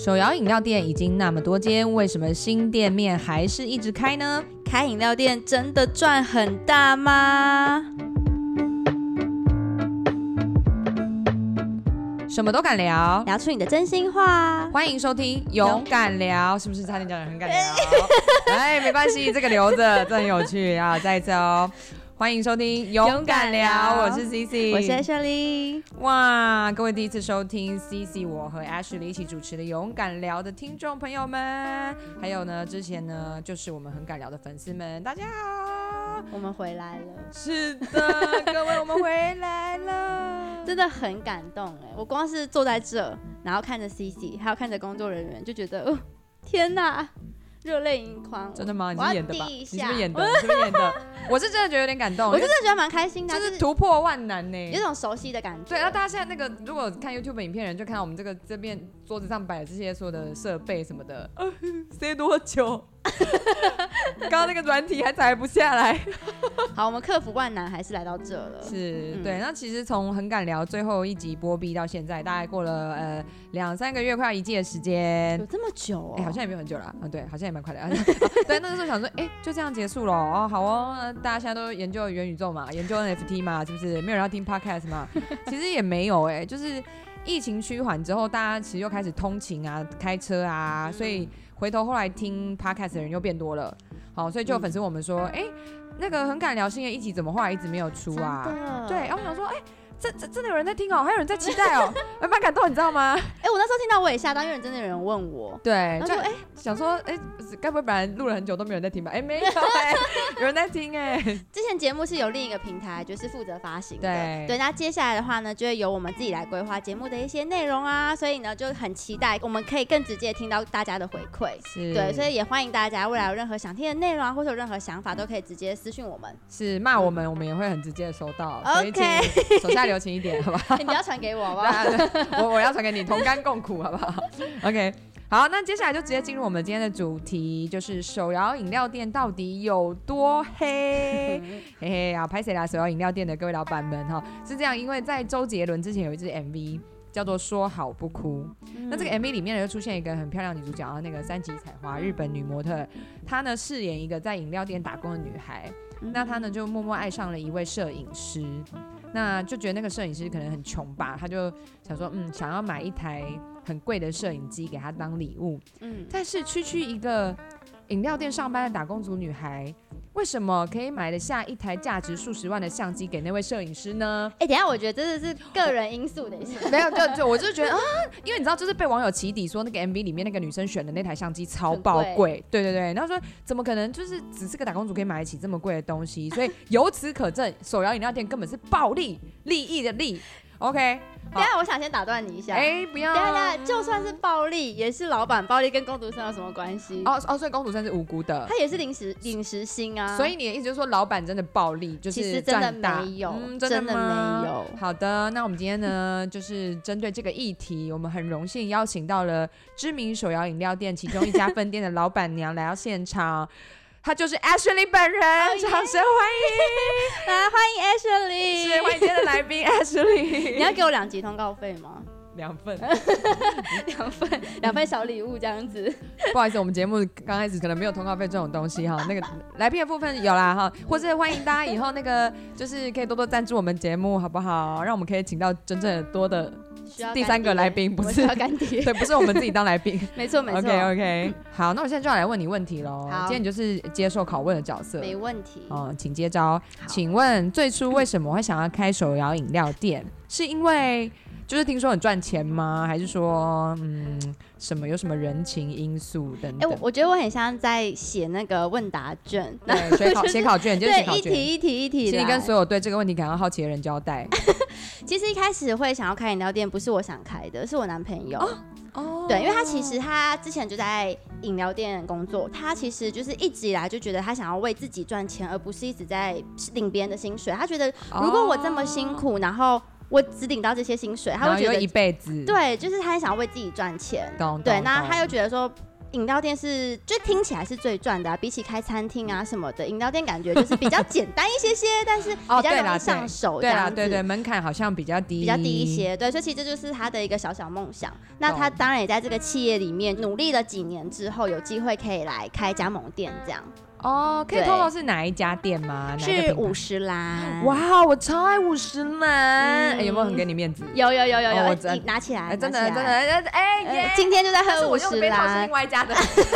手摇饮料店已经那么多间，为什么新店面还是一直开呢？ 开饮料店真的赚很大吗？ 什么都敢聊， 聊出你的真心话。 欢迎收听勇敢聊，是不是差点讲得很敢聊？哎，没关系，这个留着，这很有趣啊！再一次哦。欢迎收听勇敢聊，我是 CC， 我是 Ashley。 哇，各位第一次收听 CC 我和 Ashley 一起主持的勇敢聊的听众朋友们，还有呢之前呢就是我们很敢聊的粉丝们，大家好， 我们回来了。 是的，各位我们回来了， 真的很感动哎！我光是坐在这，然后看着 CC， 还有看着工作人员，就觉得天哪！热泪盈眶。 真的吗？你是演的吧？你是不是演的？我是真的觉得有点感动， 我是真的觉得蛮开心的， 就是突破万难呢， 有种熟悉的感觉。 对，那大家现在那个如果看 YouTube 影片的人，就看到我们这边桌子上摆的这些所有的设备什么的，塞多久？刚刚那个软体还载不下来。 好，我们克服万难，还是来到这了。 是，对。那其实从很敢聊最后一集播毕到现在，大概过了2-3个月，快要1季的时间。 有这么久哦？ 好像也没有很久啦。对，好像也蛮快的。对，那时候想说，就这样结束了哦，好哦。大家现在都研究元宇宙嘛，研究 NFT 嘛，是不是？没有人要听 Podcast 嘛？其实也没有就是疫情趋缓之后，大家其实又开始通勤啊、开车啊，所以回头后来听 Podcast 的人又变多了。好，所以就有粉丝问我们说，那个很敢聊新的一集怎么后来一直没有出啊？对，然后我想说，真的有人在听哦，还有人在期待哦，蛮感动，你知道吗？ 我那时候听到我也吓到，因为真的有人问我， 对，就想说，该不会本来录了很久都没有人在听吧？没有，有人在听之前节目是有另一个平台，就是负责发行的，对，那接下来的话呢，就会由我们自己来规划节目的一些内容啊，所以呢，就很期待我们可以更直接听到大家的回馈，对，所以也欢迎大家未来有任何想听的内容啊，或者有任何想法，都可以直接私讯我们， 是骂我们，我们也会很直接的收到， OK， 所以请手下留情一点，好不好？ 你不要传给我，好不好？ 我要传给你，同甘共苦，好不好 ？OK， 好，那接下来就直接进入我们今天的主题，就是手摇饮料店到底有多黑？嘿嘿啊，拍谁啦？手摇饮料店的各位老板们哈，是这样，因为在周杰伦之前有一支 MV 叫做《说好不哭》，那这个 MV 里面呢就出现一个很漂亮的女主角啊，那个三级彩花日本女模特，她呢饰演一个在饮料店打工的女孩，那她呢就默默爱上了一位摄影师。那就觉得那个摄影师可能很穷吧，他就想说，想要买一台很贵的摄影机给他当礼物。但是区一个饮料店上班的打工族女孩，为什么可以买得下一台价值数十万的相机给那位摄影师呢？ 等一下，我觉得真的是个人因素的。 没有，就我就觉得因为你知道，就是被网友起底说那个 MV 里面那个女生选的那台相机超爆贵，对，然后说怎么可能就是只是个打工族可以买得起这么贵的东西？所以由此可证，手摇饮料店根本是暴利，利益的利。OK， 等一下我想先打断你一下。 不要。 等一下，就算是暴利，也是老板暴利，跟工读生有什么关系？ 所以工读生是无辜的， 他也是领时薪啊。 所以你的意思就是说，老板真的暴利，就是赚大？ 其实真的没有， 真的没有。 好的，那我们今天呢，就是针对这个议题，我们很荣幸邀请到了知名手摇饮料店其中一家分店的老板娘来到现场。她就是 Ashley 本人，掌声欢迎！ 来欢迎 Ashley， 是欢迎今天的来宾 Ashley。 你要给我2集通告费吗 ？2份 ，2份小礼物这样子。 不好意思，我们节目刚开始可能没有通告费这种东西哈，那个来宾的部分有啦哈，或是欢迎大家以后那个就是可以多多赞助我们节目好不好？让我们可以请到真正的多的第3个来宾，不是干爹， 对，不是我们自己当来宾。 没错。 OK， 好，那我现在就要来问你问题喽。今天你就是接受拷问的角色， 没问题。 请接招。请问最初为什么会想要开手摇饮料店？是因为就是听说很赚钱吗？还是说有什么人情因素等等？ 我觉得我很像在写那个问答卷， 对，写考卷，就是写考卷， 一题。 请你跟所有对这个问题感到好奇的人交代。 其实一开始会想要开饮料店，不是我想开的，是我男朋友。对，因为他之前就在饮料店工作，他其实就是一直以来就觉得他想要为自己赚钱，而不是一直在领别人的薪水。他觉得如果我这么辛苦，然后我只领到这些薪水，他会觉得一辈子。 对，就是他很想要为自己赚钱。 懂。 对，那他又觉得说饮料店是就听起来是最赚的比起开餐厅啊什么的，饮料店感觉就是比较简单一些些，但是比较容易上手这样子。 对，门槛好像比较低一些。对，所以其实这就是他的一个小小梦想。那他当然也在这个企业里面努力了几年之后，有机会可以来开加盟店这样。 可以透露是哪一家店吗？ 是50兰。 哇，我超爱50兰，有没有很给你面子？ 有，你拿起来， 真的， 今天就在喝50兰。 我用的杯套是另外一家的。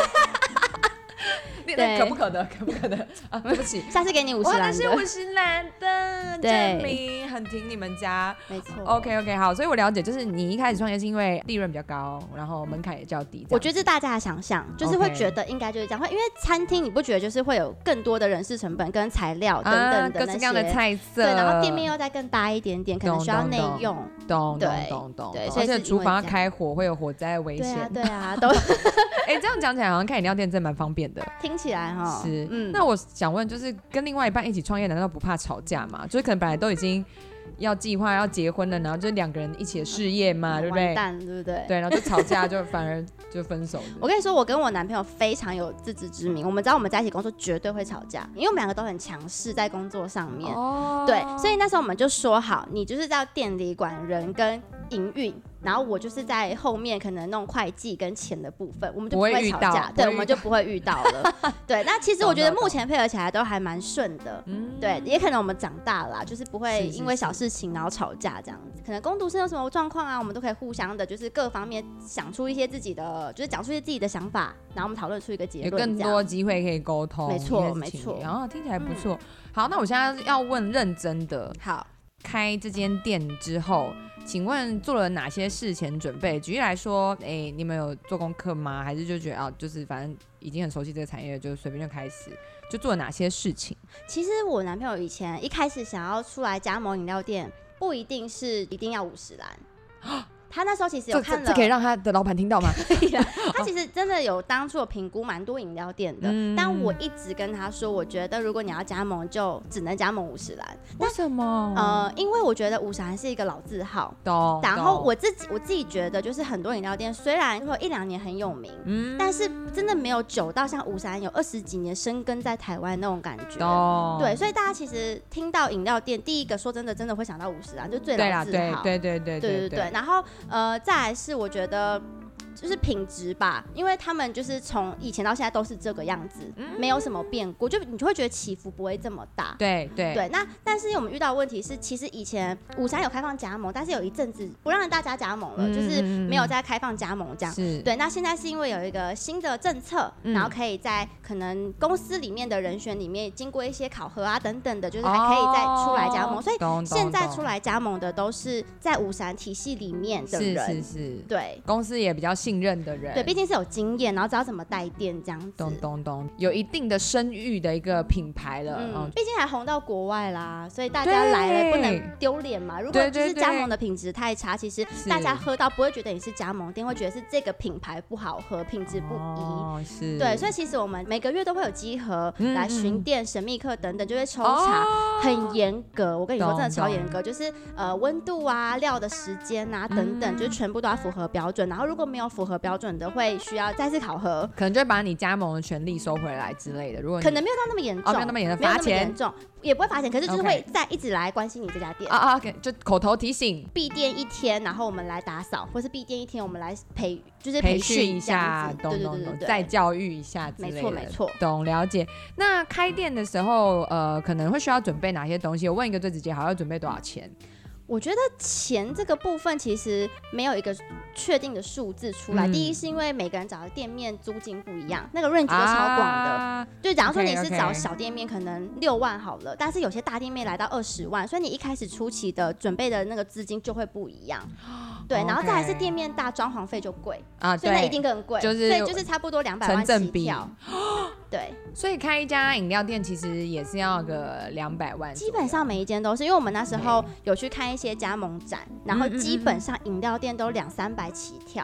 可不可得啊？对不起， 下次给你50兰的。 那是50兰的，证明很挺你们家。 没错。 OK， 好，所以我了解，就是你一开始创业是因为利润比较高，然后门槛也较低。 我觉得是大家的想象，就是会觉得应该就是这样，因为餐厅你不觉得就是会有更多的人事成本跟材料等等的各式各样的菜色， 对，然后店面又再更大一点点，可能需要内用。 懂。对，而且厨房要开火会有火灾危险。 对啊，都。 这样讲起来好像开饮料店真蛮方便的。 听起来哈是，那我想问，就是跟另外一半一起创业，难道不怕吵架吗？就是可能本来都已经要计划要结婚了，然后就2个人一起的事业嘛，对不对？ 完蛋，对不对？ 对，然后就吵架，就反而就分手。 我跟你说，我跟我男朋友非常有自知之明，我们知道我们在一起工作绝对会吵架，因为我们2个都很强势在工作上面。对，所以那时候我们就说好，你就是在店里管人跟营运。然后我就是在后面可能弄会计跟钱的部分，我们就不会吵架，对，我们就不会遇到了。对，那其实我觉得目前配合起来都还蛮顺的。对，也可能我们长大了，就是不会因为小事情然后吵架这样子。可能工读生有什么状况啊，我们都可以互相的，就是各方面想出一些自己的，就是讲出一些自己的想法，然后我们讨论出一个结论， 有更多机会可以沟通。 没错。 然后听起来不错。好，那我现在要问认真的。 好。 开这间店之后，请问做了哪些事前准备？举例来说，你们有做功课吗？还是就觉得就是反正已经很熟悉这个产业，就随便就开始，就做了哪些事情？ 其实我男朋友以前一开始想要出来加盟饮料店，不一定要50兰。他那时候其实有看了， 这可以让他的老板听到吗？ 可以啊。他其实真的有当初有评估蛮多饮料店的，但我一直跟他说，我觉得如果你要加盟，就只能加盟50兰。 为什么？ 因为我觉得50兰是一个老字号。然后我自己觉得，就是很多饮料店虽然说1-2年很有名，但是真的没有久到像50兰有20几年生根在台湾那种感觉。对，所以大家其实听到饮料店，第一个说真的会想到50兰，就最老字号。对。然后再来是我觉得就是品质吧，因为他们就是从以前到现在都是这个样子，没有什么变过，你就会觉得起伏不会这么大。 对。 那但是我们遇到的问题是，其实以前50兰有开放加盟，但是有一阵子不让大家加盟了，就是没有再开放加盟这样。对，那现在是因为有一个新的政策，然后可以在可能公司里面的人选里面经过一些考核啊等等的，就是还可以再出来加盟。所以现在出来加盟的都是在50兰体系里面的人。 是。 对， 公司也比较信任的人。 对，毕竟是有经验，然后知道怎么带店这样子。 懂，有一定的声誉的一个品牌了。 毕竟还红到国外啦，所以大家来了不能丢脸嘛。如果就是加盟的品质太差，其实大家喝到不会觉得你是加盟店，会觉得是这个品牌不好喝，品质不一。对，所以其实我们每个月都会有稽核来巡店、神秘客等等，就会抽查，很严格。我跟你说，真的超严格，就是温度啊、料的时间啊等等，就是全部都要符合标准。然后如果没有符合标准的，会需要再次考核， 可能就会把你加盟的权利收回来之类的。如果可能没有到那么严重， 没有那么严重，罚钱， 也不会罚钱，可是就是会再一直来关心你这家店就口头提醒， 闭店1天，然后我们来打扫，或是闭店1天，我们来培训一下，懂，再教育一下之类的。 没错， 懂，了解。那开店的时候，可能会需要准备哪些东西？我问一个最直接，要准备多少钱？ 我觉得钱这个部分其实没有一个确定的数字出来。第一是因为每个人找的店面租金不一样，那个 range 都超广的。就假如说你是找小店面，可能6万好了，但是有些大店面来到20万，所以你一开始初期的准备的那个资金就会不一样。对，然后再来是店面大，装潢费就贵所以那一定更贵。所以就是差不多200万起跳。对， 所以开一家饮料店其实也是要个200万， 基本上每一间都是，因为我们那时候有去看一些加盟展，然后基本上饮料店都200-300起跳。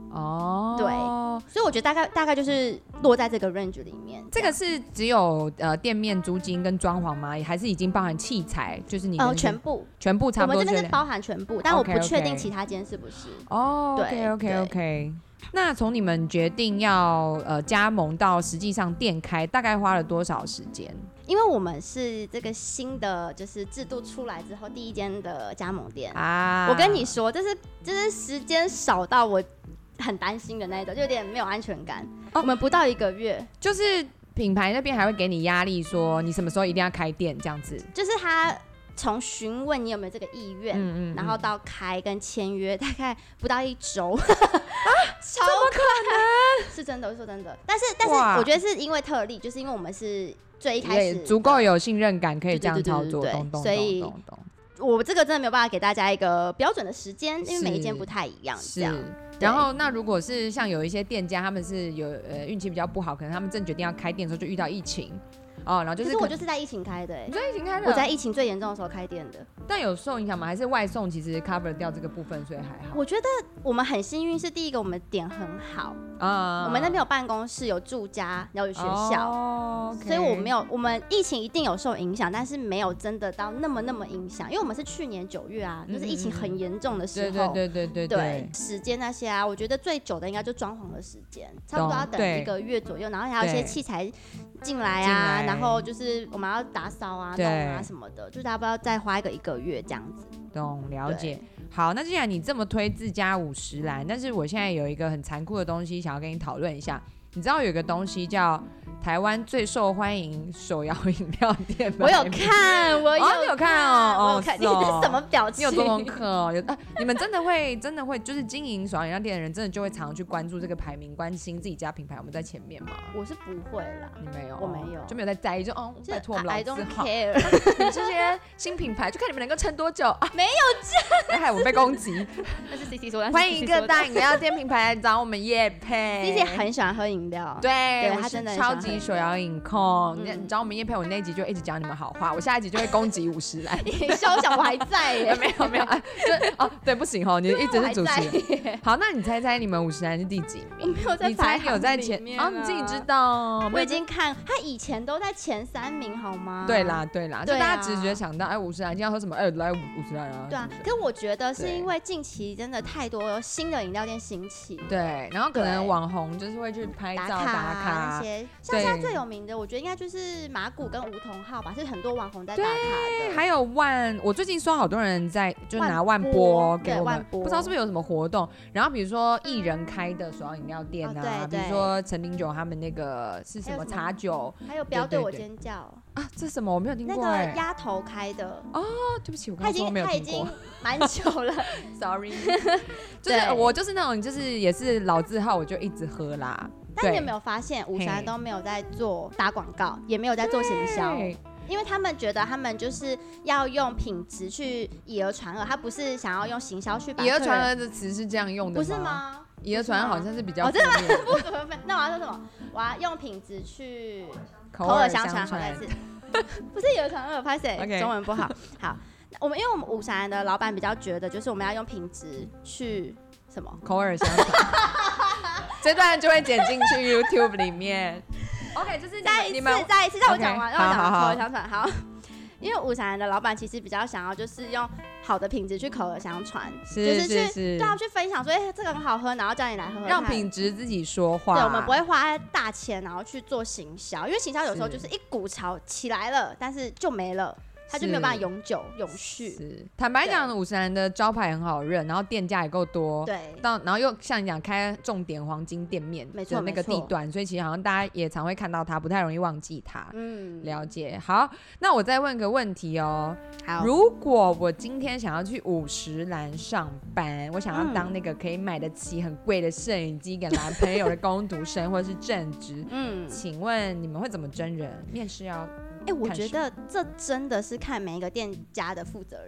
哦，对，所以我觉得大概就是落在这个 range 里面。 这个是只有店面租金跟装潢吗？还是已经包含器材？就是你全部差不多。我们这边是包含全部，但我不确定其他间是不是。 哦，对 ，OK。那从你们决定要加盟到实际上店开，大概花了多少时间？ 因为我们是这个新的就是制度出来之后第一间的加盟店啊，我跟你说，这是时间少到我很担心的那种，就有点没有安全感。我们不到1个月， 就是品牌那边还会给你压力，说你什么时候一定要开店这样子。 就是他从询问你有没有这个意愿，然后到开跟签约，大概不到1周。 怎么可能？ 是真的，我说真的。但是我觉得是因为特例，就是因为我们是最一开始足够有信任感，可以这样操作， 所以我这个真的没有办法给大家一个标准的时间，因为每一间不太一样。这样。 然后，那如果是像有一些店家，他们是有运气比较不好，可能他们正决定要开店的时候就遇到疫情。然后就是， 可是我就是在疫情开的。 你在疫情开的？ 我在疫情最严重的时候开店的。 但有受影响吗？还是外送其实 cover 掉这个部分，所以还好？ 我觉得我们很幸运，是第一个我们点很好我们那边有办公室、有住家，然后有学校，所以我们疫情一定有受影响，但是没有真的到那么影响，因为我们是去年9月啊，就是疫情很严重的时候。对，时间那些啊，我觉得最久的应该就装潢的时间，差不多要等1个月左右，然后还有一些器材进来啊，然后就是我们要打扫啊、弄啊什么的，就大家要再花1个月这样子。 懂，了解。好，那既然你这么推自家50兰，但是我现在有一个很残酷的东西想要跟你讨论一下。你知道有一个东西叫台湾最受欢迎手摇饮料店吗？ 我有看， 你有看哦？ 我有看。你是什么表情？ 你有做功课哦？你们真的会，就是经营手摇饮料店的人，真的就会常常去关注这个排名，关心自己家品牌有没有在前面吗？ 我是不会啦。 你没有？ 我没有， 就没有在意，拜托我们老字号。 你们这些新品牌，就看你们能够撑多久啊！ 没有这，害我被攻击。 那是 CC 说的。 欢迎各大饮料店品牌来找我们业配。 CC 很喜欢喝饮料， 对，他真的超级手摇饮控。你找我们业配，我那一集就一直讲你们好话，我下一集就会攻击50兰。 你笑想我还在耶？ 没有，对，不行哦，你一直是主持人。好，那你猜猜你们50兰是第几名？ 我没有在排行里面你自己知道。 我已经看他以前都在前3名，好吗？ 对啦，就大家直觉想到50兰今天要喝什么？来50兰啊。 对啊，可是我觉得是因为近期真的太多新的饮料店兴起， 对，然后可能网红就是会去拍照打卡那些，像现在最有名的，我觉得应该就是马古跟梧桐号吧，是很多网红在打卡的。 还有我最近收好多人在就拿万波给我们，不知道是不是有什么活动。然后比如说艺人开的手摇饮料店啊，比如说陈零酒他们那个是什么茶酒， 还有不要对我尖叫啊，这是什么我没有听过。 那个鸭头开的哦， 对不起，我刚刚说没有听过， 他已经蛮久了 ，sorry。就是我就是那种就是也是老字号，我就一直喝啦。 但你有没有发现50兰都没有在做打广告，也没有在做行销？因为他们觉得他们就是要用品质去以讹传讹，他不是想要用行销去把以讹传讹的词是这样用的吗？ 不是吗？ 以讹传讹好像是比较真的不可分。那我要说什么？我要用品质去口耳相传，好像是不是以讹传讹？拍谁？中文不好。好，因为我们50兰的老板比较觉得，就是我们要用品质去什么口耳相传。这段就会剪进去 YouTube 里面。OK， 就是再一次，让我讲完，让我讲口耳相传。好，因为50兰的老板其实比较想要就是用好的品质去口耳相传，就是去对他去分享说，这个很好喝，然后叫你来喝喝看， 让品质自己说话。 对，我们不会花大钱然后去做行销，因为行销有时候就是一股潮起来了，但是就没了。它就没有办法永久永续。 是，坦白讲，50兰的招牌很好认，然后店家也够多， 对， 然后又像你讲开重点黄金店面的那个地段，所以其实好像大家也常会看到它，不太容易忘记它。了解。好，那我再问个问题哦。 好， 如果我今天想要去50兰上班，我想要当那个可以买得起很贵的摄影机给男朋友的工读生或者是正职，请问你们会怎么征人？面试要？ 我觉得这真的是看每一个店家的负责人。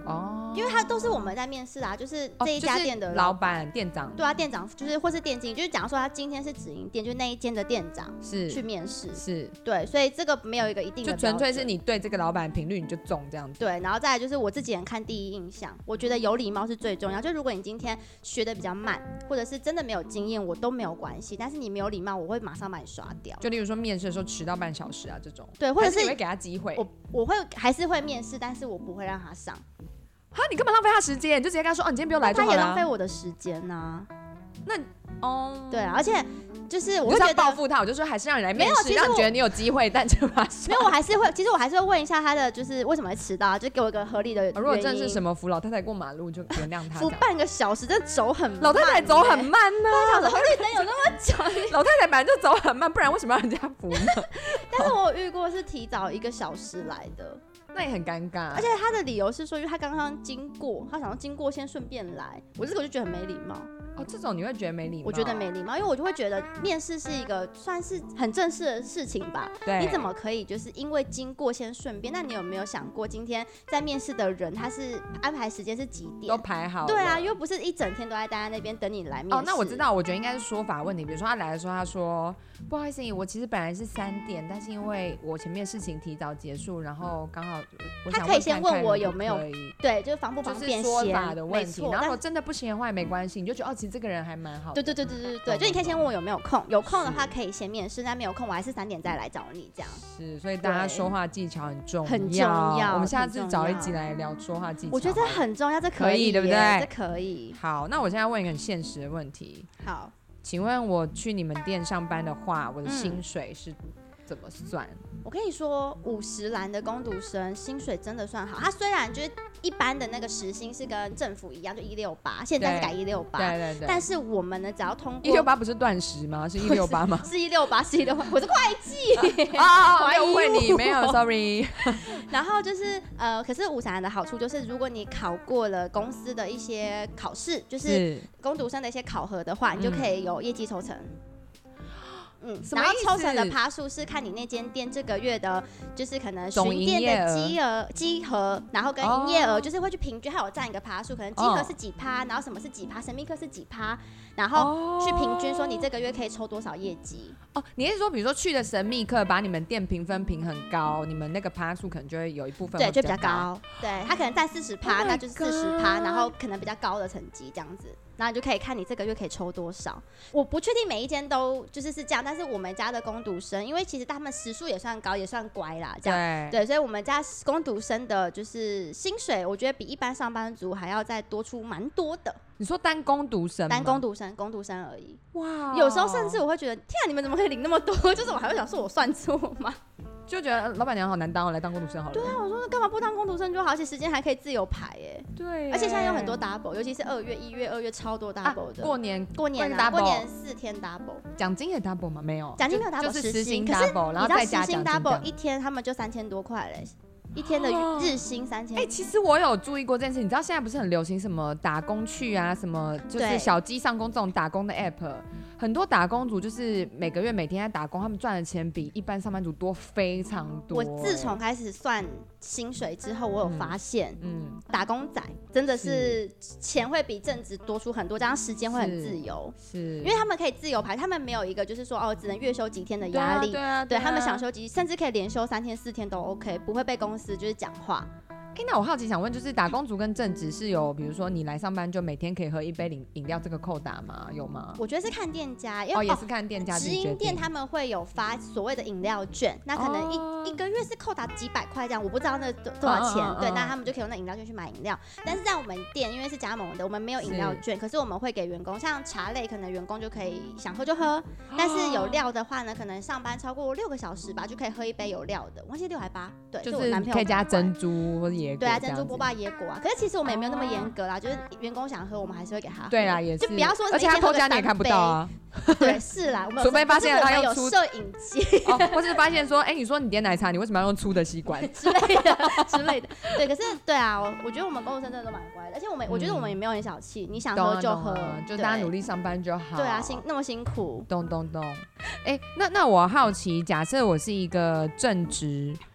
因为他都是我们在面试啊，就是这一家店的就是老板、店长， 对啊，店长就是或是店经理，就是假如说他今天是直营店，就那一间的店长是去面试， 是， 对，所以这个没有一个一定的标准， 就纯粹是你对这个老板频率你就中这样子。 对，然后再来就是我自己人看第一印象，我觉得有礼貌是最重要。就如果你今天学的比较慢，或者是真的没有经验，我都没有关系，但是你没有礼貌，我会马上把你刷掉。 就例如说面试的时候迟到半小时啊这种， 对，或者是你会给他机会。 我会还是会面试，但是我不会让他上。 哈，你根本浪费他时间，你就直接跟他说，你今天不用来就好了。 他也浪费我的时间啊。 那对啊，而且就是我就是会觉得要报复他，我就说还是让你来面试， 没有让你觉得你有机会，但就把他没有，我还是会，其实我还是会问一下他的，就是为什么会迟到啊，就给我一个合理的原因。 如果真的是什么扶老太太过马路，就原谅他。 扶半个小时，真的走很慢。 老太太走很慢呢， 半个小时红绿灯有那么久？ 老太太本来就走很慢，不然为什么要人家扶呢？ 但是我有遇过是提早1个小时来的。 那也很尴尬， 而且他的理由是说，因为他刚刚经过，他想要经过先顺便来，我就觉得很没礼貌。 这种你会觉得没礼貌？ 我觉得没礼貌，因为我就会觉得面试是一个算是很正式的事情吧。对，你怎么可以就是因为经过先顺便？那你有没有想过，今天在面试的人他是安排时间是几点？ 都排好了。 对啊，又不是一整天都在待在那边等你来面试。 那我知道，我觉得应该是说法问题。比如说他来的时候，他说不好意思，我其实本来是3点，但是因为我前面事情提早结束，然后刚好我想他可以先问我有没有对，就是方不方便就是说法的问题。然后如果真的不行的话也没关系，你就觉得其实这个人还蛮好的。 对，就你可以先问我有没有空，有空的话可以先面试，那没有空我还是3点再来找你这样。 是，所以大家说话技巧很重要， 很重要。 我们下次找一集来聊说话技巧。 我觉得这很重要，这可以， 对不对？ 这可以。 好，那我现在问一个很现实的问题。 好， 请问我去你们店上班的话，我的薪水是怎么算？ 我跟你说，50蓝的工读生薪水真的算好。他虽然就是一般的那个时薪是跟政府一样，就168，现在是改168。 对。 但是我们呢，只要通过 168不是断食吗？是168吗？ 是168，我是会计。 没有问你，没有 ，sorry。 然后就是可是50蓝的好处就是，如果你考过了公司的一些考试，就是工读生的一些考核的话，你就可以有业绩抽成。然后抽成的趴数是看你那间店这个月的，就是可能巡店的稽核，然后跟营业额，就是会去平均，还有占一个趴数，可能稽核是几趴，然后什么是几趴，神秘客是几趴，然后去平均说你这个月可以抽多少业绩。 你是说比如说去的神秘客把你们店评分评很高，你们那个趴数可能就会有一部分对，就比较高，对，他可能占40%，那就是40%，然后可能比较高的成绩这样子。然后你就可以看你这个月可以抽多少。我不确定每一间都就是这样，但是我们家的工读生，因为其实他们时数也算高，也算乖啦，这样对，所以我们家工读生的就是薪水，我觉得比一般上班族还要再多出蛮多的。 你说单工读生吗？ 单工读生而已。哇，有时候甚至我会觉得，天啊，你们怎么可以领那么多？就是我还会想说，我算错吗？ 就觉得老板娘好难当，我来当工读生好了。 对啊，我说干嘛不当工读生就好，而且时间还可以自由排耶。 对， 而且现在有很多 double， 尤其是2月、1月、2月超多 double 的。 过年 4天 double， 奖金也 double 吗？没有， 奖金没有 double， 就是时薪 double， 然后再加奖金。时薪 double 一天他们就3000多块嘞。一天的日薪3000。 其实我有注意过这件事，你知道现在不是很流行什么打工去啊，什么就是小鸡上工这种打工的 app， 很多打工族就是每个月每天在打工，他们赚的钱比一般上班族多非常多。 我自从开始算薪水之后，我有发现，打工仔真的是钱会比正职多出很多，加上时间会很自由，是因为他们可以自由排，他们没有一个就是说只能月休几天的压力，对他们想休几，甚至可以连休3天4天都 OK， 不会被公司就是讲话。 那我好奇想问，就是打工族跟正职是有，比如说你来上班就每天可以喝1杯饮料这个扣打吗？有吗？ 我觉得是看店家，因为也是看店家。直营店他们会有发所谓的饮料券，那可能一个月是扣打几百块这样，我不知道那多少钱。对，那他们就可以用那饮料券去买饮料。但是在我们店，因为是加盟的，我们没有饮料券，可是我们会给员工，像茶类，可能员工就可以想喝就喝。但是有料的话呢，可能上班超过6个小时吧，就可以喝1杯有料的，忘记6还8，对， 就是我男朋友可以加珍珠或者椰果。 对啊，珍珠波霸椰果啊，可是其实我们也没有那么严格啦，就是员工想喝，我们还是会给他喝。 对啦，也是， 就不要说， 而且他偷加你也看不到啊。 对，是啦，我们除非发现他有摄影机， 或是发现说，你说你点奶茶，你为什么要用粗的吸管之类的。对，可是对啊，我觉得我们工作生真的都蛮乖的，而且我觉得我们也没有很小气，你想喝就喝， 就大家努力上班就好。 对啊，那么辛苦。 懂。那我好奇，假设我是一个正职，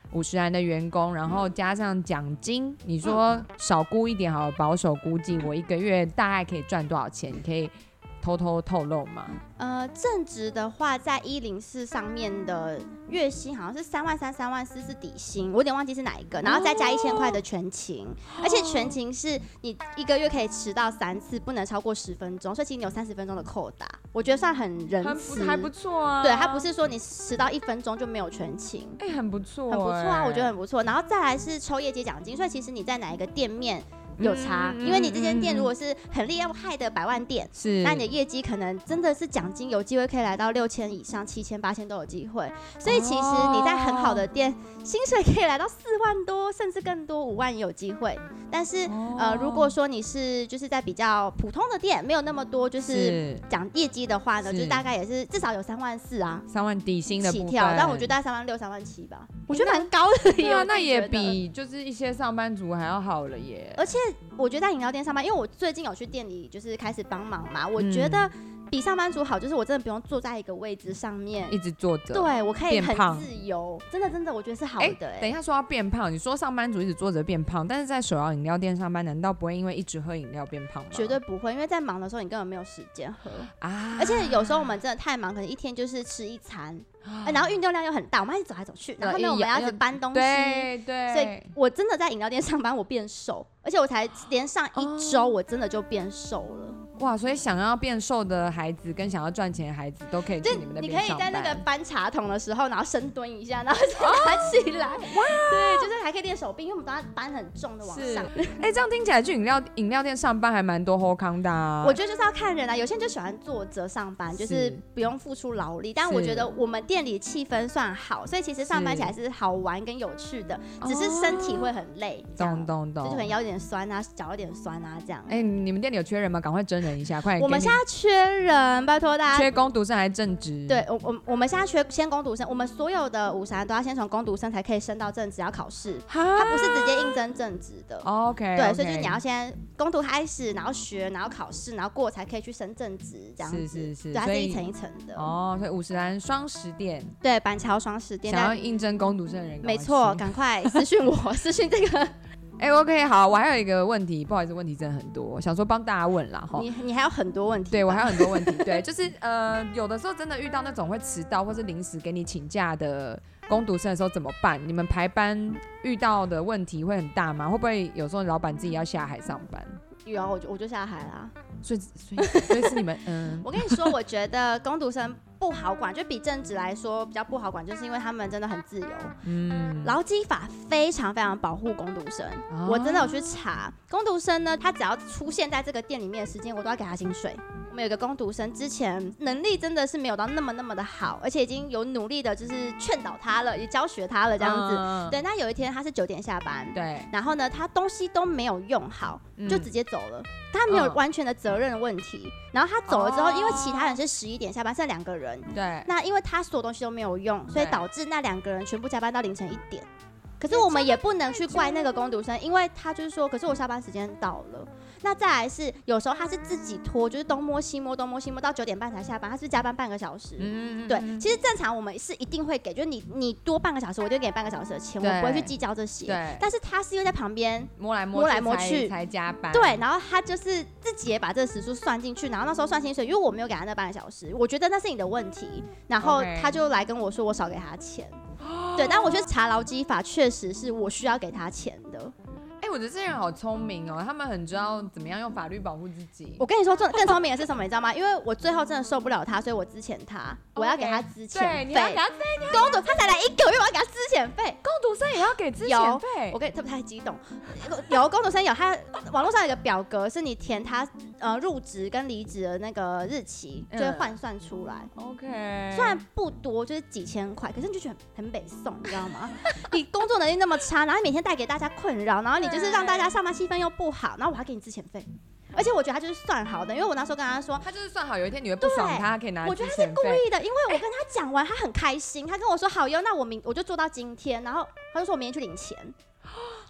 50人的员工，然后加上奖金，你说少估一点好了，保守估计我一个月大概可以赚多少钱？你可以偷偷透露吗？ 正职的话，在104上面的月薪好像是3万3、3万4是底薪，我有点忘记是哪一个，然后再加1000块的全勤，而且全勤是你一个月可以迟到3次，不能超过10分钟，所以其实你有30分钟的扣打，我觉得算很仁慈， 还不错啊。 对，它不是说你迟到1分钟就没有全勤， 很不错， 很不错啊，我觉得很不错。然后再来是抽业绩奖金，所以其实你在哪一个店面有差，因为你这间店如果是很厉害的百万店， 是， 那你的业绩可能真的是奖金有机会可以来到6000以上，7000、8000都有机会。所以其实你在很好的店，薪水可以来到4万多，甚至更多，5万也有机会。但是如果说你是就是在比较普通的店，没有那么多就是讲业绩的话呢，就是大概也是至少有3万4啊，3万底薪的起跳，但我觉得大概3万6、3万7吧，我觉得蛮高的耶。 对啊，那也比就是一些上班族还要好了耶。 而且我觉得在饮料店上班，因为我最近有去店里就是开始帮忙嘛，我觉得比上班族好，就是我真的不用坐在一个位置上面一直坐着， 对，我可以很自由，真的我觉得是好的。 等一下说要变胖，你说上班族一直坐着变胖，但是在手摇饮料店上班，难道不会因为一直喝饮料变胖吗？ 绝对不会，因为在忙的时候你根本没有时间喝啊，而且有时候我们真的太忙，可能一天就是吃1餐。然后运动量又很大，我们要一直走来走去，然后呢我们要一直搬东西， 对， 所以我真的在饮料店上班，我变瘦，而且我才连上1周，我真的就变瘦了。 哇，所以想要变瘦的孩子跟想要赚钱的孩子都可以去你们那边上班。 你可以在那个搬茶桶的时候，然后深蹲一下，然后再拿起来。哇，对，就是还可以练手臂，因为我们都要搬很重的往上。 这样听起来去饮料店上班还蛮多好康的啊。 我觉得就是要看人啊，有些人就喜欢坐着上班，就是不用付出劳力。但我觉得我们店里气氛算好，所以其实上班起来是好玩跟有趣的，只是身体会很累。 懂， 就是可能腰有点酸啊，脚有点酸啊这样。 你们店里有缺人吗？赶快征人一下，快点。 我们现在缺人，拜托大家。 缺工读生还是正职？ 对，我们现在缺先工读生，我们所有的50人都要先从工读生才可以升到正职，要考试，它不是直接应征正职的。 OK， 对，所以就是你要先工读开始，然后学，然后考试，然后过才可以去升正职，这样子。 是， 对，它是一层一层的。 所以50人双10店， 对，板桥双10店， 想要应征工读生的人， 没错，赶快私讯我，私讯这个。 OK， 好，我还有一个问题，不好意思，问题真的很多，想说帮大家问啦哈。 你还有很多问题？ 对，我还有很多问题，对，就是有的时候真的遇到那种会迟到或是临时给你请假的工读生的时候怎么办？你们排班遇到的问题会很大吗？会不会有时候老板自己要下海上班？ 有啊，我就下海啦。 所以是你们我跟你说，我觉得工读生不好管，就比正职来说比较不好管，就是因为他们真的很自由。劳基法非常非常保护工读生，我真的有去查，工读生呢，他只要出现在这个店里面的时间，我都要给他薪水。我们有个工读生之前能力真的是没有到那么的好，而且已经有努力的就是劝导他了，也教学他了这样子。对，那有一天他是9点下班， 对， 然后呢，他东西都没有用好，就直接走了。他没有完全的责任的问题，然后他走了之后，因为其他人是11点下班，剩2个人， 对， 那因为他所有东西都没有用，所以导致那2个人全部加班到凌晨1点。可是我们也不能去怪那个工读生，因为他就是说，可是我下班时间到了。那再来是有时候他是自己拖，就是东摸西摸到9点半才下班，他是加班半个小时。对，其实正常我们是一定会给，就是你多半个小时，我就给你半个小时的钱，我不会去计较这些。 对， 但是他是因为在旁边摸来摸去才加班。 对，然后他就是自己也把这个时数算进去，然后那时候算薪水，因为我没有给他那半个小时，我觉得那是你的问题，然后他就来跟我说我少给他钱。对，但我觉得查劳基法确实是我需要给他钱的。 我觉得这些人好聪明哦，他们很知道怎么样用法律保护自己。 我跟你说，更聪明的是什么，你知道吗？因为我最后真的受不了他，所以我资遣他，我要给他资遣费。 你要给他工读他才来1个月，我要给他资遣费。 工读生也要给资遣费？ 我跟他不太激动。有工读生有，他网络上有一个表格，是你填他入职跟离职的那个日期，就会换算出来。 OK， 虽然不多，就是几千块，可是你就觉得很北宋，你知道吗？你工作能力那么差，然后你每天带给大家困扰，然后你就是让大家上班气氛又不好，然后我还给你资遣费，而且我觉得他就是算好的，因为我那时候跟他说， 他就是算好，有一天你会不爽他可以拿资遣费。 我觉得他是故意的，因为我跟他讲完，他很开心，他跟我说好哟，那我就做到今天，然后他就说我明天去领钱，就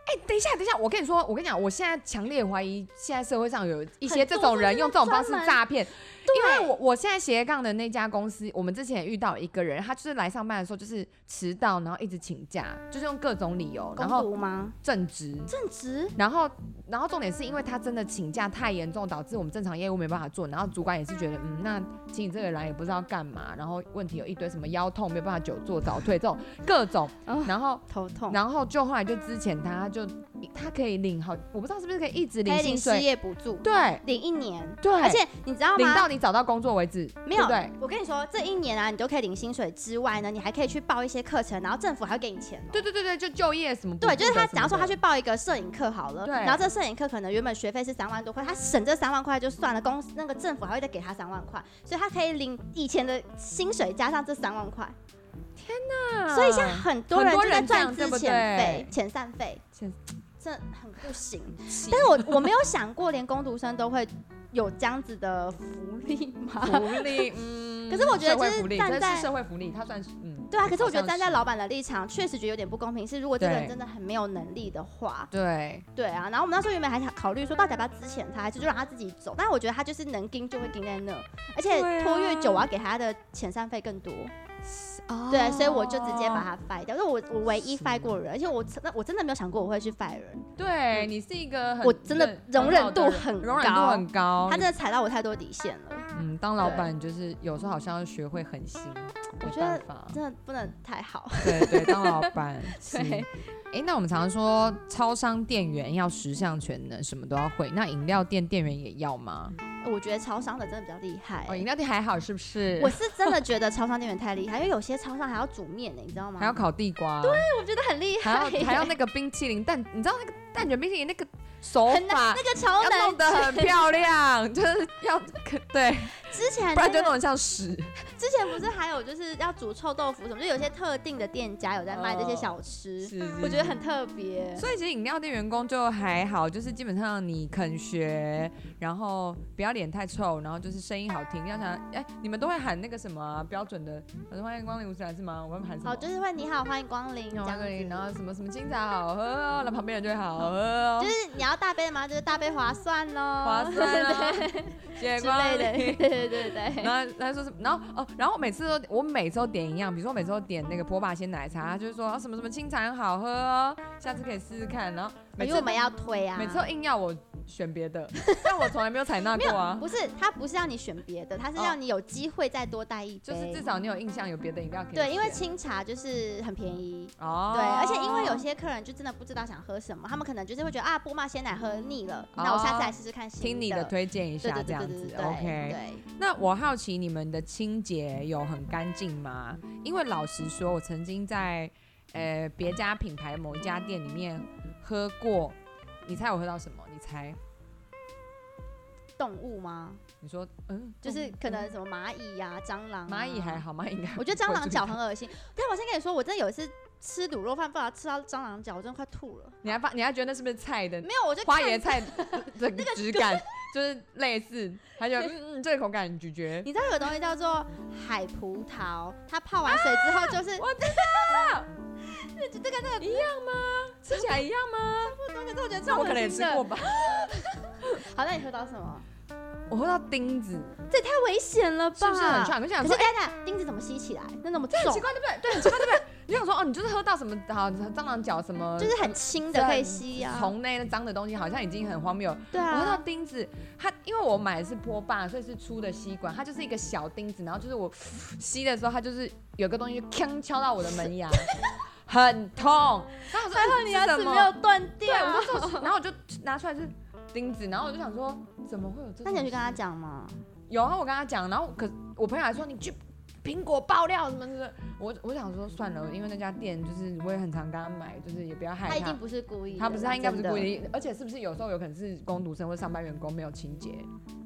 等一下，我跟你讲，我现在强烈怀疑，现在社会上有一些这种人用这种方式诈骗。因为我现在斜杠的那家公司，我们之前也遇到一个人，他就是来上班的时候就是迟到，然后一直请假，就是用各种理由，然后工读吗？ 正职，然后重点是因为他真的请假太严重，导致我们正常业务没办法做，然后主管也是觉得，那请你这个人来也不知道干嘛，然后问题有一堆什么腰痛没有办法久坐早退这种各种，然后头痛， 然后就后来就之前他可以领好，我不知道是不是可以一直领薪水， 可以领失业补助， 对， 领1年， 对， 而且你知道吗？ 领到你找到工作为止， 没有， 对， 我跟你说，这1年啊，你都可以领薪水之外呢，你还可以去报一些课程，然后政府还会给你钱哦。 对，就就业什么， 对，就是他，假如说他去报一个摄影课好了， 对， 然后这摄影课可能原本学费是3万多块，他省这3万块就算了，那个政府还会再给他3万块，所以他可以领以前的薪水加上这3万块。 天哪！ 所以像很多人就在赚之前费、遣散费，这很不行。但是我没有想过，连工读生都会有这样子的福利吗？ 福利， 可是我觉得就是站在社会福利，它算是对啊。可是我觉得站在老板的立场，确实觉得有点不公平。是如果这个人真的很没有能力的话，对啊。然后我们那时候原本还考虑说，到底要不要资遣他，还是就让他自己走？但是我觉得他就是能盯就会盯在那，而且拖越久，我要给他的遣散费更多。对，所以我就直接把他 fire 掉。我唯一 fire 过人，而且我真的没有想过我会去 fire 人。 对，你是一个我真的容忍度很高，他真的踩到我太多底线了。 当老板就是有时候好像要学会狠心， 我觉得真的不能太好。 对，当老板对。那我们常常说超商店员要10项全能，什么都要会。那饮料店店员也要吗？ 我觉得超商的真的比较厉害。 饮料店还好是不是？ 我是真的觉得超商店员太厉害，因为有些超商还要煮面呢，你知道吗？ 还要烤地瓜。 对，我觉得很厉害。 还要那个冰淇淋蛋，你知道那个蛋卷冰淇淋那个手法， 那个超难要弄得很漂亮，就是要对。 之前不然就弄得像屎。 之前不是还有就是要煮臭豆腐什么，就有些特定的店家有在卖这些小吃，我觉得很特别。 所以其实饮料店员工就还好，就是基本上你肯学，然后不要脸太臭，然后就是声音好听。要想你们都会喊那个什么标准的，欢迎光临540是吗？我们喊什么？ 就是会你好，欢迎光临， 然后什么清茶好喝哦，那旁边人就会好喝哦。 就是你要大杯的吗？就是大杯划算咯， 划算咯，谢谢光临。 对。 然后说什么？然后我每次都点一样，比如说我每次都点那个波霸鲜奶茶，他就是说什么清茶很好喝哦，下次可以试试看。然后因为我们要推啊， 每次都硬要我选别的，但我从来没有采纳过啊。 不是，他不是要你选别的，他是要你有机会再多带一杯， 就是至少你有印象有别的饮料可以选。 对，因为清茶就是很便宜哦。对，而且因为有些客人就真的不知道想喝什么，他们可能就是会觉得波霸鲜奶喝腻了，那我下次来试试看新的。 听你的推荐一下，这样子 OK。对，那我好奇你们的清洁有很干净吗？因为老实说，我曾经在别家品牌某一家店里面喝过，你猜我喝到什么？你猜？ 动物吗？ 你说就是可能什么蚂蚁呀、蟑螂。 蚂蚁还好，蚂蚁应该。 我觉得蟑螂脚很恶心。但我先跟你说，我真的有一次吃卤肉饭，不知道吃到蟑螂脚，我真的快吐了。 你还觉得那是不是菜的？ 没有，我就花椰菜的质感就是类似，他就这个口感咀嚼。 你知道有个东西叫做海葡萄，它泡完水之后就是我知道。 就这个一样吗？吃起来一样吗？ 差不多，可是我觉得那我可能也吃过吧。 好，那你喝到什么？ 我喝到钉子， 这也太危险了吧？ 是不是很呛？可是等下，钉子怎么吸起来？那么重， 很奇怪对不对？对，很奇怪对不对？你想说你就是喝到什么蟑螂脚什么， 就是很轻的可以吸啊， 虫类的脏的东西，好像已经很荒谬。 对啊， 我喝到钉子，它因为我买的是波霸，所以是粗的吸管，它就是一个小钉子，然后就是我吸的时候，它就是有个东西就锵敲到我的门牙。很痛，还好你牙齿没有断掉。 对，然后我就拿出来是钉子，然后我就想说，怎么会有这种？ 那你有去跟他讲吗？ 有啊，我跟他讲，然后我朋友还说你去苹果爆料什么的，我想说算了，因为那家店就是我也很常跟他买，就是也不要害他。 他一定不是故意的， 他应该不是故意的，而且是不是有时候有可能是工读生或上班员工没有清洁？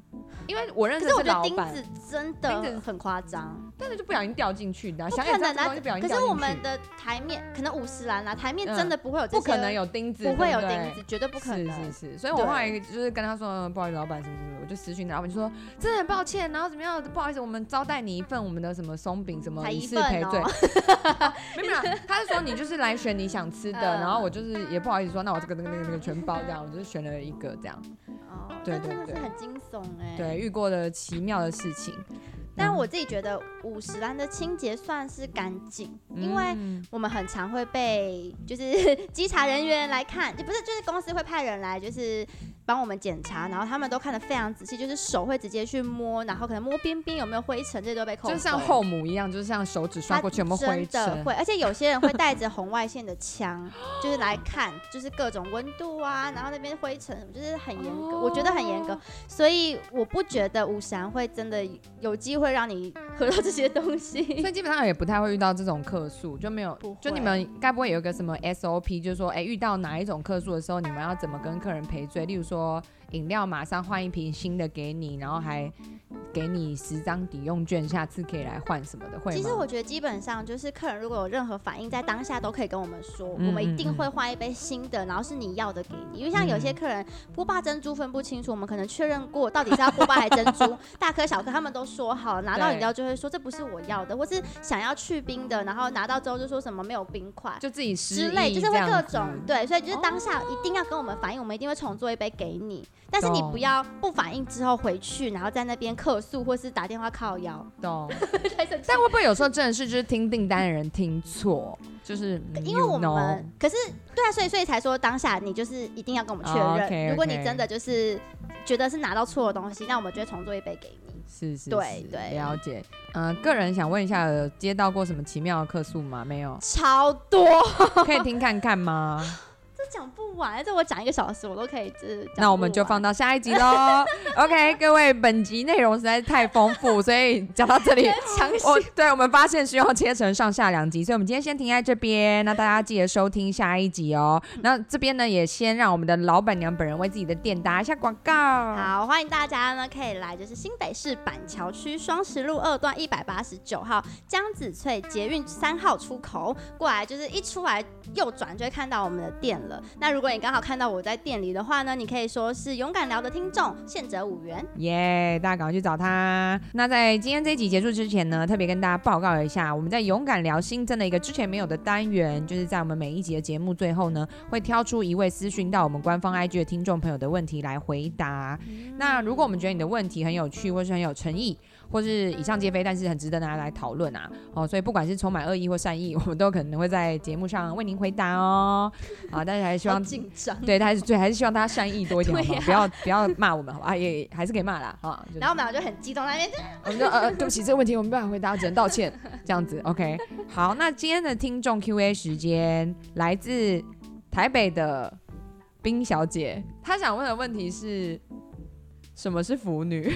因为我认识的是老板。可是我觉得钉子真的很夸张， 但是就不小心掉进去的，想不可能啊！ 可是我们的台面可能50栏啊，台面真的不会有这些， 不可能有钉子， 不会有钉子，绝对不可能。 是，所以我后来就是跟他说，不好意思，老板什么什么，我就私讯老板就说，真的很抱歉，然后怎么样，不好意思，我们招待你一份我们的什么松饼什么以示赔罪。没有，他是说你就是来选你想吃的，然后我就是也不好意思说，那我这个那个全包这样，我就是选了一个这样。对， 真的是很惊悚哎。 对，遇过的奇妙的事情。 但我自己觉得50栏的清洁算是干净，因为我们很常会被就是稽查人员来看，就不是就是公司会派人来就是帮我们检查，然后他们都看得非常仔细，就是手会直接去摸，然后可能摸边边有没有灰尘，这些都被扣分。 就像后母一样，就是像手指刷过去有没有灰尘。 真的会，而且有些人会带着红外线的枪，就是来看，就是各种温度啊，然后那边灰尘就是很严格，我觉得很严格，所以我不觉得50栏会真的有机会让你喝到这些东西。 所以基本上也不太会遇到这种客诉，就没有，就你们该不会有一个什么 SOP， 就是说，遇到哪一种客诉的时候，你们要怎么跟客人赔罪？例如说，饮料马上换一瓶新的给你，然后还给你10张抵用券，下次可以来换什么的，会吗？ 其实我觉得基本上就是客人如果有任何反应，在当下都可以跟我们说，我们一定会换一杯新的，然后是你要的给你。因为像有些客人波霸珍珠分不清楚，我们可能确认过到底是要波霸还珍珠，大颗小颗他们都说好，拿到饮料就会说这不是我要的，或是想要去冰的，然后拿到之后就说什么没有冰块， 就自己之类，就是会各种对，所以就是当下一定要跟我们反映，我们一定会重做一杯给你。但是你不要不反应之后回去，然后在那边客诉或是打电话靠腰。 懂。但会不会有时候真的是就是听订单的人听错，就是因为我们可是对啊，所以才说当下你就是一定要跟我们确认。如果你真的就是觉得是拿到错的东西，那我们就会重做一杯给你。 是， 对， 了解。个人想问一下，有接到过什么奇妙的客诉吗？没有， 超多， 可以听看看吗？ 这讲不完，这我讲1个小时我都可以。 那我们就放到下一集喽。OK， 各位，本集内容实在是太丰富，所以讲到这里，我们发现需要切成上下2集，所以我们今天先停在这边。那大家记得收听下一集哦。那这边呢，也先让我们的老板娘本人为自己的店打一下广告。 好，欢迎大家呢可以来，就是新北市板桥区双十路2段189号江子翠捷运3号出口过来，就是一出来右转就会看到我们的店了。那如果你刚好看到我在店里的话呢，你可以说是勇敢聊的听众，现折5元。 耶，大家赶快去找他。那在今天这一集结束之前呢，特别跟大家报告一下，我们在勇敢聊新增了一个之前没有的单元，就是在我们每一集的节目最后呢，会挑出一位私讯到我们官方 IG 的听众朋友的问题来回答。那如果我们觉得你的问题很有趣，或是很有诚意，或是以上皆非，但是很值得拿来讨论啊，所以不管是充满恶意或善意，我们都可能会在节目上为您回答哦。但是还是希望紧张， 对，还是希望大家善意多一点，好不好？不要骂我们，好吧？也还是可以骂啦， 然后我们俩就很激动在那边， 我们就对不起，这个问题我们没办法回答，只能道歉，这样子 ，OK。好，那今天的听众 Q&A 时间来自台北的冰小姐，她想问的问题是：什么是腐女？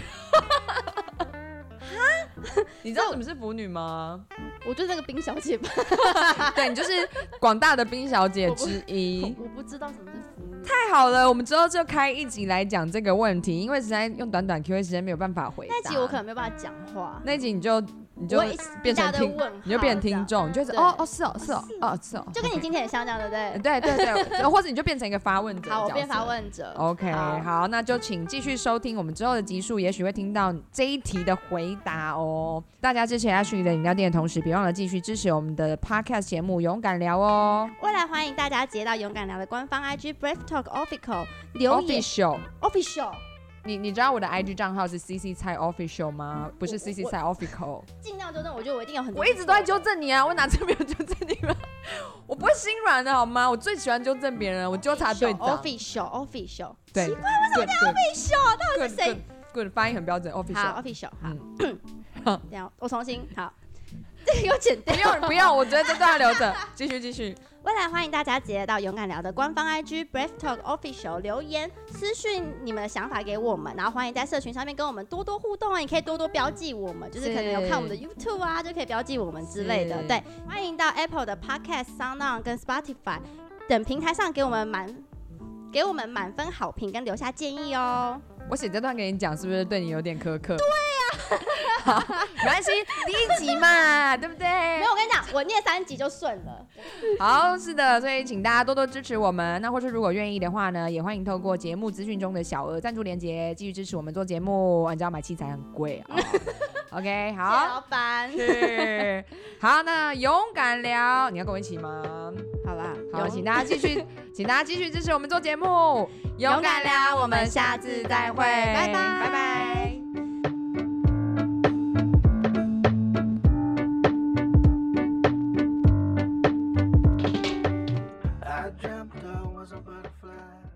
你知道什么是腐女吗？ 我就是那个冰小姐吧。 对，你就是广大的冰小姐之一。 我不知道什么是腐女。 太好了，我们之后就开一集来讲这个问题，因为实在用短短 Q&A 时间没有办法回答。 那集我可能没有办法讲话。 那集你就变成听众，你就是哦， 就跟你今天很像这样，对不对？ 对，或者你就变成一个发问者。 好，我变发问者。 OK， 好，那就请继续收听我们之后的集数，也许会听到这一题的回答哦。大家支持 Ashley 的饮料店的同时，别忘了继续支持我们的 Podcast 节目《勇敢聊》哦。 未来欢迎大家接到勇敢聊的官方 IG Brave Talk Official 留言 Official。 你知道我的 IG 账号是 CC 蔡 Official 吗？不是 CC 蔡 Official。 尽量纠正，我觉得我一定有很多。 我一直都在纠正你啊，我哪次没有纠正你吗？我不会心软的好吗？我最喜欢纠正别人，我纠察队长。 Official。 对， 奇怪，为什么叫 Official？到底是谁 ？Good， 发音很标准。Official。 好 ，Official。好，这样我重新好。这个有剪掉。 不用，我觉得这段要留着。继续。 未来欢迎大家直接到勇敢聊的官方 IG Brave Talk Official 留言私讯你们的想法给我们，然后欢迎在社群上面跟我们多多互动啊！你可以多多标记我们，就是可能有看我们的 YouTube 啊，就可以标记我们之类的。对，欢迎到 Apple 的 Podcast、SoundOn 跟 Spotify 等平台上给我们满分好评跟留下建议哦。 我写这段给你讲，是不是对你有点苛刻？ 对好，没关系，第一集嘛，对不对？ 没有，我跟你讲，我念3集就顺了。 好，是的，所以请大家多多支持我们。那或是如果愿意的话呢，也欢迎透过节目资讯中的小额赞助连结，继续支持我们做节目。你知道买器材很贵啊。OK， 好， 谢谢老板。 是，好，那勇敢聊，你要跟我一起吗？ 好啦， 好，请大家继续支持我们做节目。勇敢聊，我们下次再会， 拜拜， 拜拜。 I dreamt I was a butterfly.